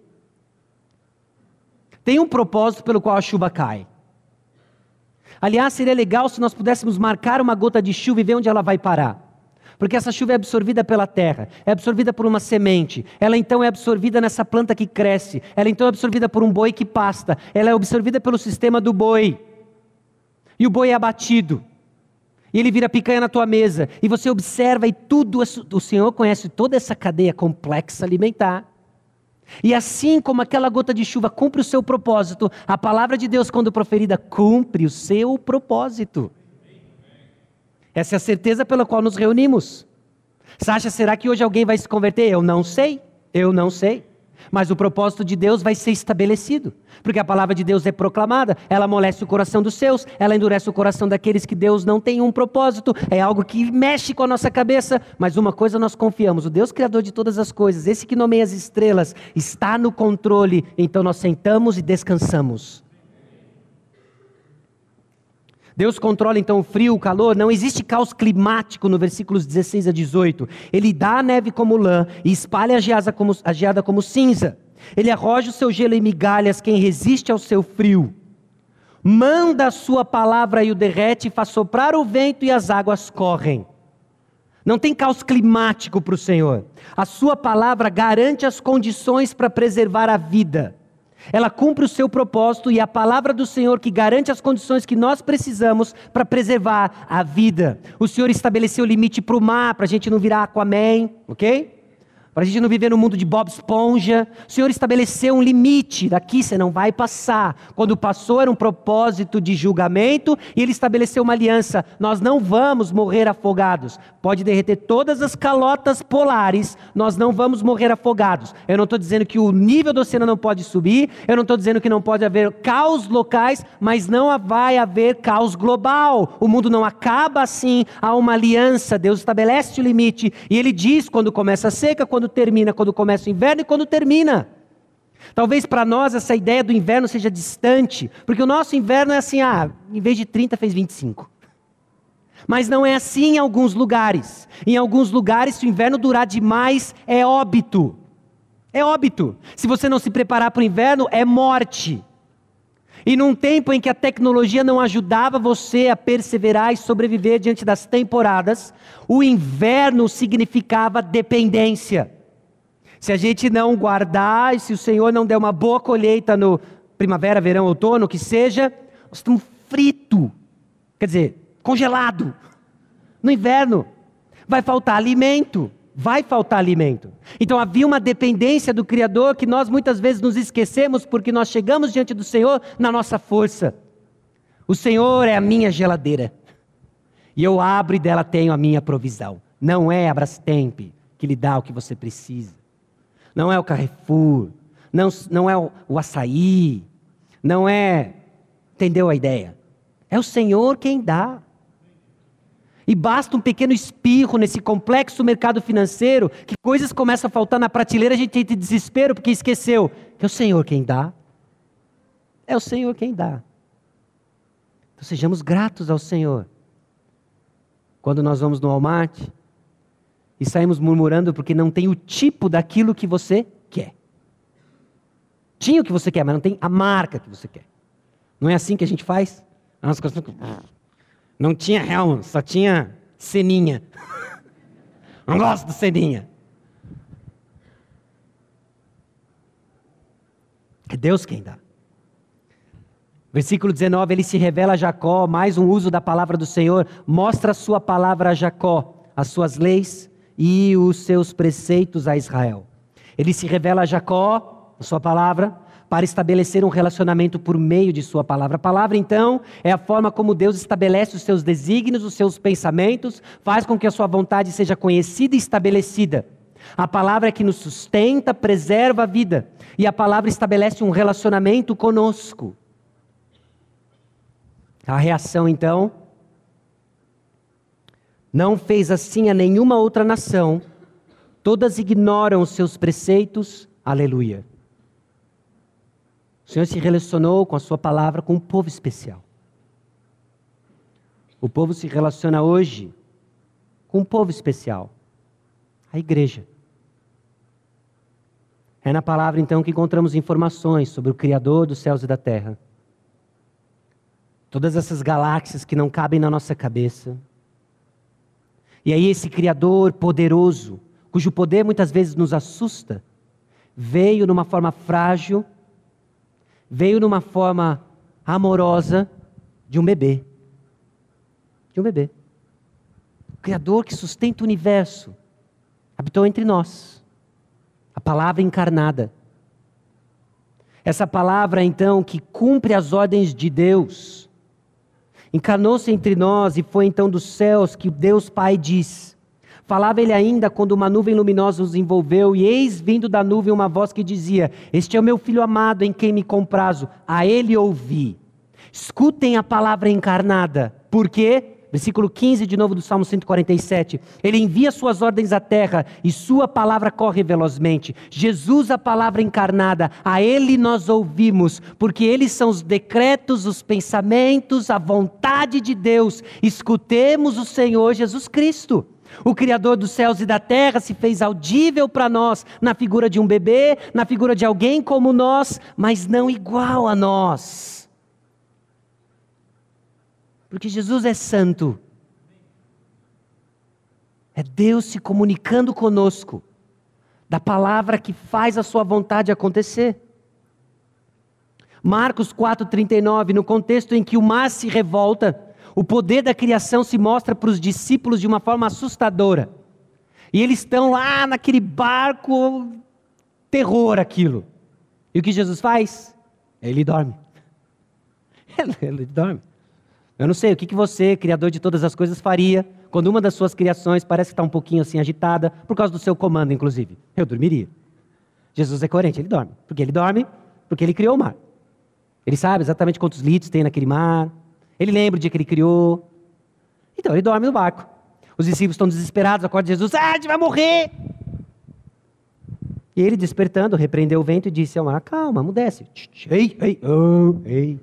Tem um propósito pelo qual a chuva cai. Aliás, seria legal se nós pudéssemos marcar uma gota de chuva e ver onde ela vai parar. Porque essa chuva é absorvida pela terra, é absorvida por uma semente, ela então é absorvida nessa planta que cresce, ela então é absorvida por um boi que pasta, ela é absorvida pelo sistema do boi, e o boi é abatido, e ele vira picanha na tua mesa, e você observa e tudo, o Senhor conhece toda essa cadeia complexa alimentar. E assim como aquela gota de chuva cumpre o seu propósito, a palavra de Deus, quando proferida, cumpre o seu propósito. Essa é a certeza pela qual nos reunimos. Sasha, será que hoje alguém vai se converter? Eu não sei. Mas o propósito de Deus vai ser estabelecido. Porque a palavra de Deus é proclamada, ela amolece o coração dos seus, ela endurece o coração daqueles que Deus não tem um propósito. É algo que mexe com a nossa cabeça. Mas uma coisa nós confiamos, o Deus criador de todas as coisas, esse que nomeia as estrelas, está no controle. Então nós sentamos e descansamos. Deus controla então o frio, o calor, não existe caos climático no versículos 16 a 18. Ele dá a neve como lã e espalha a geada como cinza. Ele arroja o seu gelo em migalhas, quem resiste ao seu frio. Manda a sua palavra e o derrete, faz soprar o vento e as águas correm. Não tem caos climático para o Senhor. A sua palavra garante as condições para preservar a vida. Ela cumpre o seu propósito e a palavra do Senhor que garante as condições que nós precisamos para preservar a vida. O Senhor estabeleceu o limite para o mar, para a gente não virar Aquaman, ok? Para a gente não viver no mundo de Bob Esponja. O Senhor estabeleceu um limite, daqui você não vai passar. Quando passou era um propósito de julgamento e Ele estabeleceu uma aliança. Nós não vamos morrer afogados. Pode derreter todas as calotas polares, nós não vamos morrer afogados. Eu não estou dizendo que o nível do oceano não pode subir, eu não estou dizendo que não pode haver caos locais, mas não vai haver caos global. O mundo não acaba assim, há uma aliança, Deus estabelece o limite e Ele diz quando começa a seca, quando termina, quando começa o inverno e quando termina. Talvez para nós essa ideia do inverno seja distante, porque o nosso inverno é assim, em vez de 30 fez 25. Mas não é assim em alguns lugares. Em alguns lugares, se o inverno durar demais, é óbito. É óbito. Se você não se preparar para o inverno, é morte. E num tempo em que a tecnologia não ajudava você a perseverar e sobreviver diante das temporadas, o inverno significava dependência. Se a gente não guardar, e se o Senhor não der uma boa colheita no primavera, verão, outono, que seja, nós estamos fritos. Quer dizer, congelado. No inverno, vai faltar alimento. Então havia uma dependência do Criador que nós muitas vezes nos esquecemos porque nós chegamos diante do Senhor na nossa força. O Senhor é a minha geladeira. E eu abro e dela tenho a minha provisão. Não é a Brastemp que lhe dá o que você precisa. Não é o Carrefour. Não é o açaí. Não é... Entendeu a ideia? É o Senhor quem dá. E basta um pequeno espirro nesse complexo mercado financeiro, que coisas começam a faltar na prateleira, a gente entra em desespero porque esqueceu que é o Senhor quem dá. É o Senhor quem dá. Então sejamos gratos ao Senhor. Quando nós vamos no Walmart e saímos murmurando porque não tem o tipo daquilo que você quer. Tinha o que você quer, mas não tem a marca que você quer. Não é assim que a gente faz? As coisas... Não tinha Helm, só tinha ceninha. Não gosto de ceninha. É Deus quem dá. Versículo 19, ele se revela a Jacó, mais um uso da palavra do Senhor, mostra a sua palavra a Jacó, as suas leis e os seus preceitos a Israel. Ele se revela a Jacó, a sua palavra, para estabelecer um relacionamento por meio de sua palavra. A palavra, então, é a forma como Deus estabelece os seus desígnios, os seus pensamentos, faz com que a sua vontade seja conhecida e estabelecida. A palavra é que nos sustenta, preserva a vida. E a palavra estabelece um relacionamento conosco. A reação, então, não fez assim a nenhuma outra nação. Todas ignoram os seus preceitos. Aleluia. O Senhor se relacionou com a sua palavra com um povo especial. O povo se relaciona hoje com um povo especial. A igreja. É na palavra então que encontramos informações sobre o Criador dos céus e da terra. Todas essas galáxias que não cabem na nossa cabeça. E aí esse Criador poderoso, cujo poder muitas vezes nos assusta, veio numa forma frágil, veio numa forma amorosa de um bebê. De um bebê. O Criador que sustenta o universo habitou entre nós. A palavra encarnada. Essa palavra, então, que cumpre as ordens de Deus, encarnou-se entre nós e foi então dos céus que Deus Pai diz. Falava ele ainda quando uma nuvem luminosa os envolveu, e eis vindo da nuvem uma voz que dizia: este é o meu filho amado em quem me comprazo, a ele ouvi. Escutem a palavra encarnada. Por quê? Versículo 15 de novo do Salmo 147. Ele envia suas ordens à terra e sua palavra corre velozmente. Jesus, a palavra encarnada, a ele nós ouvimos, porque eles são os decretos, os pensamentos, a vontade de Deus. Escutemos o Senhor Jesus Cristo. O Criador dos céus e da terra se fez audível para nós, na figura de um bebê, na figura de alguém como nós, mas não igual a nós. Porque Jesus é santo. É Deus se comunicando conosco, da palavra que faz a sua vontade acontecer. Marcos 4,39, no contexto em que o mar se revolta, o poder da criação se mostra para os discípulos de uma forma assustadora. E eles estão lá naquele barco, terror aquilo. E o que Jesus faz? Ele dorme. Ele dorme. Eu não sei, o que você, criador de todas as coisas, faria quando uma das suas criações parece que está um pouquinho assim agitada, por causa do seu comando, inclusive? Eu dormiria. Jesus é coerente, ele dorme. Porque ele dorme, porque ele criou o mar. Ele sabe exatamente quantos litros tem naquele mar. Ele lembra o dia que ele criou. Então ele dorme no barco. Os discípulos estão desesperados, acordam Jesus: a gente vai morrer! E ele, despertando, repreendeu o vento e disse ao mar: calma, amudece. Ei.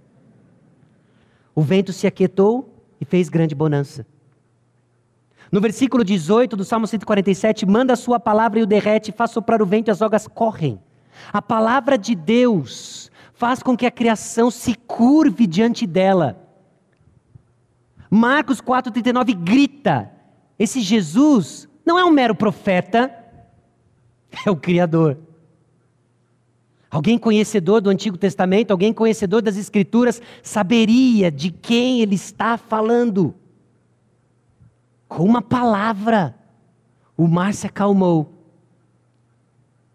O vento se aquietou e fez grande bonança. No versículo 18 do Salmo 147, manda a sua palavra e o derrete, faz soprar o vento e as águas correm. A palavra de Deus faz com que a criação se curve diante dela. Marcos 4,39 grita: esse Jesus não é um mero profeta, é o Criador. Alguém conhecedor do Antigo Testamento, alguém conhecedor das Escrituras, saberia de quem ele está falando. Com uma palavra, o mar se acalmou.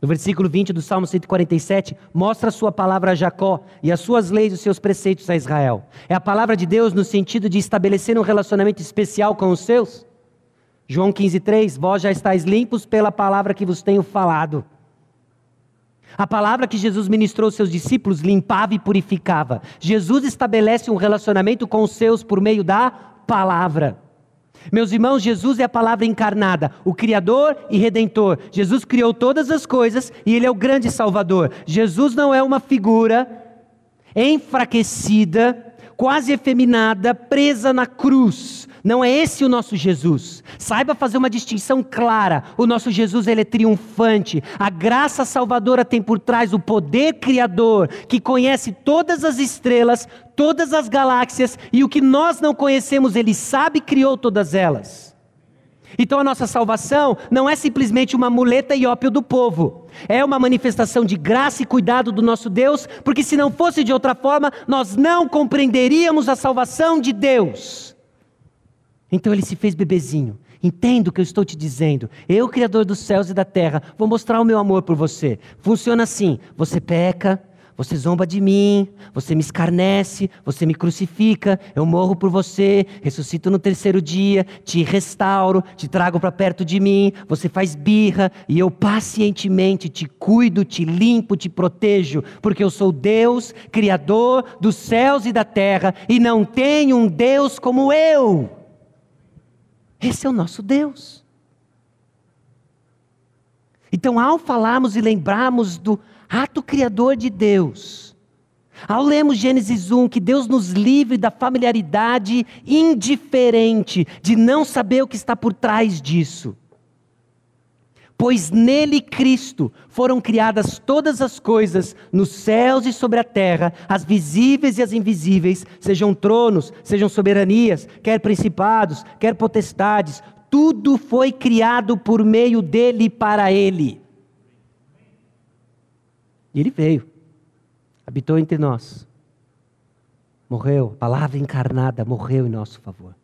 No versículo 20 do Salmo 147, mostra a sua palavra a Jacó e as suas leis e os seus preceitos a Israel. É a palavra de Deus no sentido de estabelecer um relacionamento especial com os seus. João 15,3, vós já estáis limpos pela palavra que vos tenho falado. A palavra que Jesus ministrou aos seus discípulos limpava e purificava. Jesus estabelece um relacionamento com os seus por meio da palavra. Meus irmãos, Jesus é a palavra encarnada, o Criador e Redentor. Jesus criou todas as coisas e Ele é o grande Salvador. Jesus não é uma figura enfraquecida, quase efeminada, presa na cruz. Não é esse o nosso Jesus. Saiba fazer uma distinção clara. O nosso Jesus, ele é triunfante. A graça salvadora tem por trás o poder criador, que conhece todas as estrelas, todas as galáxias, e o que nós não conhecemos, ele sabe e criou todas elas. Então a nossa salvação não é simplesmente uma muleta e ópio do povo. É uma manifestação de graça e cuidado do nosso Deus, porque se não fosse de outra forma, nós não compreenderíamos a salvação de Deus. Então ele se fez bebezinho. Entenda o que eu estou te dizendo. Eu, Criador dos céus e da terra, vou mostrar o meu amor por você. Funciona assim: você peca, você zomba de mim, você me escarnece, você me crucifica, eu morro por você, ressuscito no terceiro dia, te restauro, te trago para perto de mim, você faz birra e eu pacientemente te cuido, te limpo, te protejo, porque eu sou Deus, Criador dos céus e da terra, e não tem um Deus como eu. Esse é o nosso Deus. Então, ao falarmos e lembrarmos do ato criador de Deus, ao lermos Gênesis 1, que Deus nos livre da familiaridade indiferente, de não saber o que está por trás disso. Pois nele, Cristo, foram criadas todas as coisas, nos céus e sobre a terra, as visíveis e as invisíveis, sejam tronos, sejam soberanias, quer principados, quer potestades, tudo foi criado por meio dele e para ele. E ele veio, habitou entre nós, morreu, a palavra encarnada morreu em nosso favor.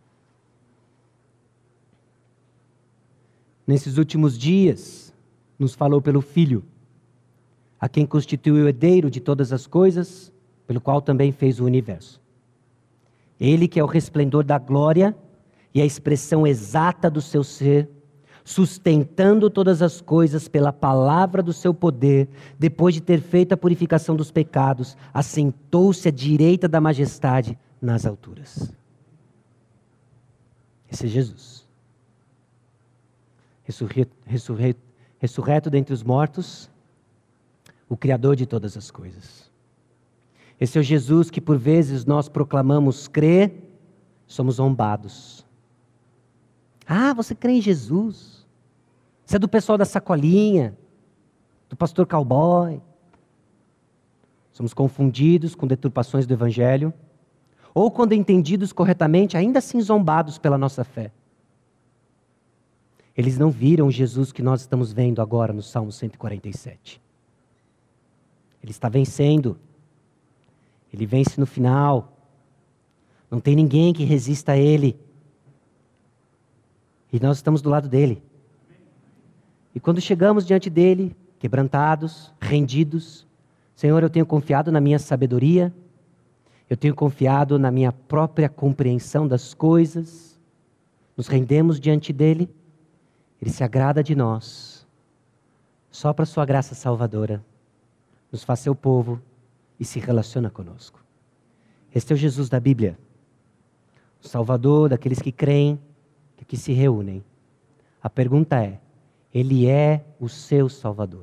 Nesses últimos dias, nos falou pelo Filho, a quem constituiu o herdeiro de todas as coisas, pelo qual também fez o universo. Ele que é o resplendor da glória e a expressão exata do seu ser, sustentando todas as coisas pela palavra do seu poder, depois de ter feito a purificação dos pecados, assentou-se à direita da majestade nas alturas. Esse é Jesus. Ressurreto dentre os mortos, o Criador de todas as coisas. Esse é o Jesus que por vezes nós proclamamos crer, somos zombados. Ah, você crê em Jesus? Você é do pessoal da sacolinha, do pastor cowboy. Somos confundidos com deturpações do Evangelho, ou quando entendidos corretamente, ainda assim zombados pela nossa fé. Eles não viram o Jesus que nós estamos vendo agora no Salmo 147. Ele está vencendo. Ele vence no final. Não tem ninguém que resista a Ele. E nós estamos do lado dele. E quando chegamos diante dele, quebrantados, rendidos, Senhor, eu tenho confiado na minha sabedoria, eu tenho confiado na minha própria compreensão das coisas, nos rendemos diante dele, ele se agrada de nós, só para sua graça salvadora, nos faz seu povo e se relaciona conosco. Este é o Jesus da Bíblia, o Salvador daqueles que creem, que se reúnem. A pergunta é, ele é o seu Salvador?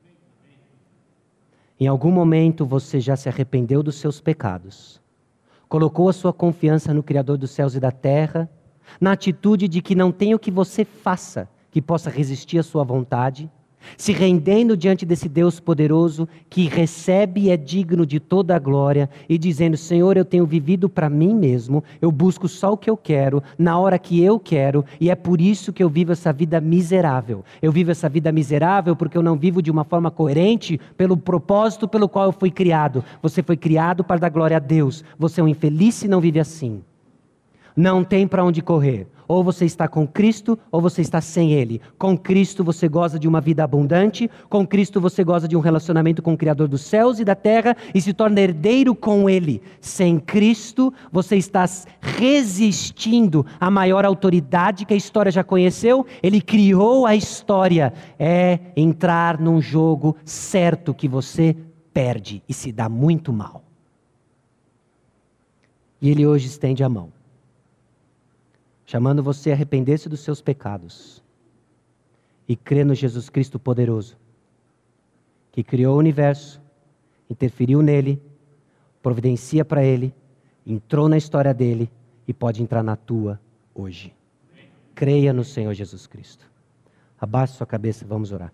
Em algum momento você já se arrependeu dos seus pecados, colocou a sua confiança no Criador dos céus e da terra, na atitude de que não tem o que você faça que possa resistir à sua vontade, se rendendo diante desse Deus poderoso que recebe e é digno de toda a glória e dizendo, Senhor, eu tenho vivido para mim mesmo, eu busco só o que eu quero, na hora que eu quero, e é por isso que eu vivo essa vida miserável. Eu vivo essa vida miserável porque eu não vivo de uma forma coerente pelo propósito pelo qual eu fui criado. Você foi criado para dar glória a Deus. Você é um infeliz se não vive assim. Não tem para onde correr. Ou você está com Cristo, ou você está sem Ele. Com Cristo você goza de uma vida abundante. Com Cristo você goza de um relacionamento com o Criador dos céus e da terra e se torna herdeiro com Ele. Sem Cristo você está resistindo à maior autoridade que a história já conheceu. Ele criou a história. É entrar num jogo certo que você perde e se dá muito mal. E Ele hoje estende a mão, chamando você a arrepender-se dos seus pecados e crer no Jesus Cristo poderoso, que criou o universo, interferiu nele, providencia para ele, entrou na história dele e pode entrar na tua hoje. Creia no Senhor Jesus Cristo. Abaixe sua cabeça, vamos orar.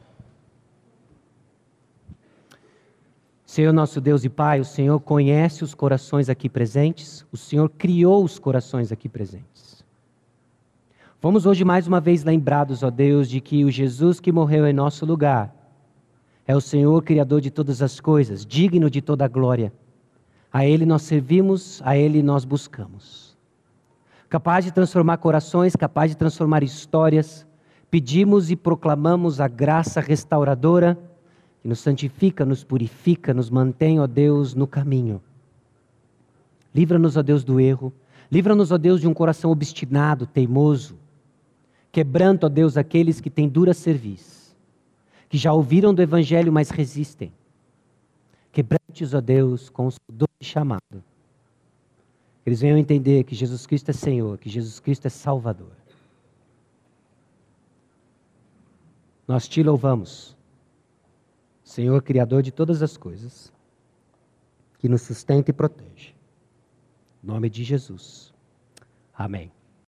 Senhor nosso Deus e Pai, o Senhor conhece os corações aqui presentes, o Senhor criou os corações aqui presentes. Vamos hoje mais uma vez lembrados, ó Deus, de que o Jesus que morreu em nosso lugar é o Senhor Criador de todas as coisas, digno de toda a glória. A Ele nós servimos, a Ele nós buscamos. Capaz de transformar corações, capaz de transformar histórias, pedimos e proclamamos a graça restauradora que nos santifica, nos purifica, nos mantém, ó Deus, no caminho. Livra-nos, ó Deus, do erro. Livra-nos, ó Deus, de um coração obstinado, teimoso. Quebranta, ó Deus, aqueles que têm dura cerviz, que já ouviram do Evangelho, mas resistem. Quebrante-os, ó Deus, com o seu doce chamado. Eles venham entender que Jesus Cristo é Senhor, que Jesus Cristo é Salvador. Nós te louvamos, Senhor, Criador de todas as coisas, que nos sustenta e protege. Em nome de Jesus. Amém.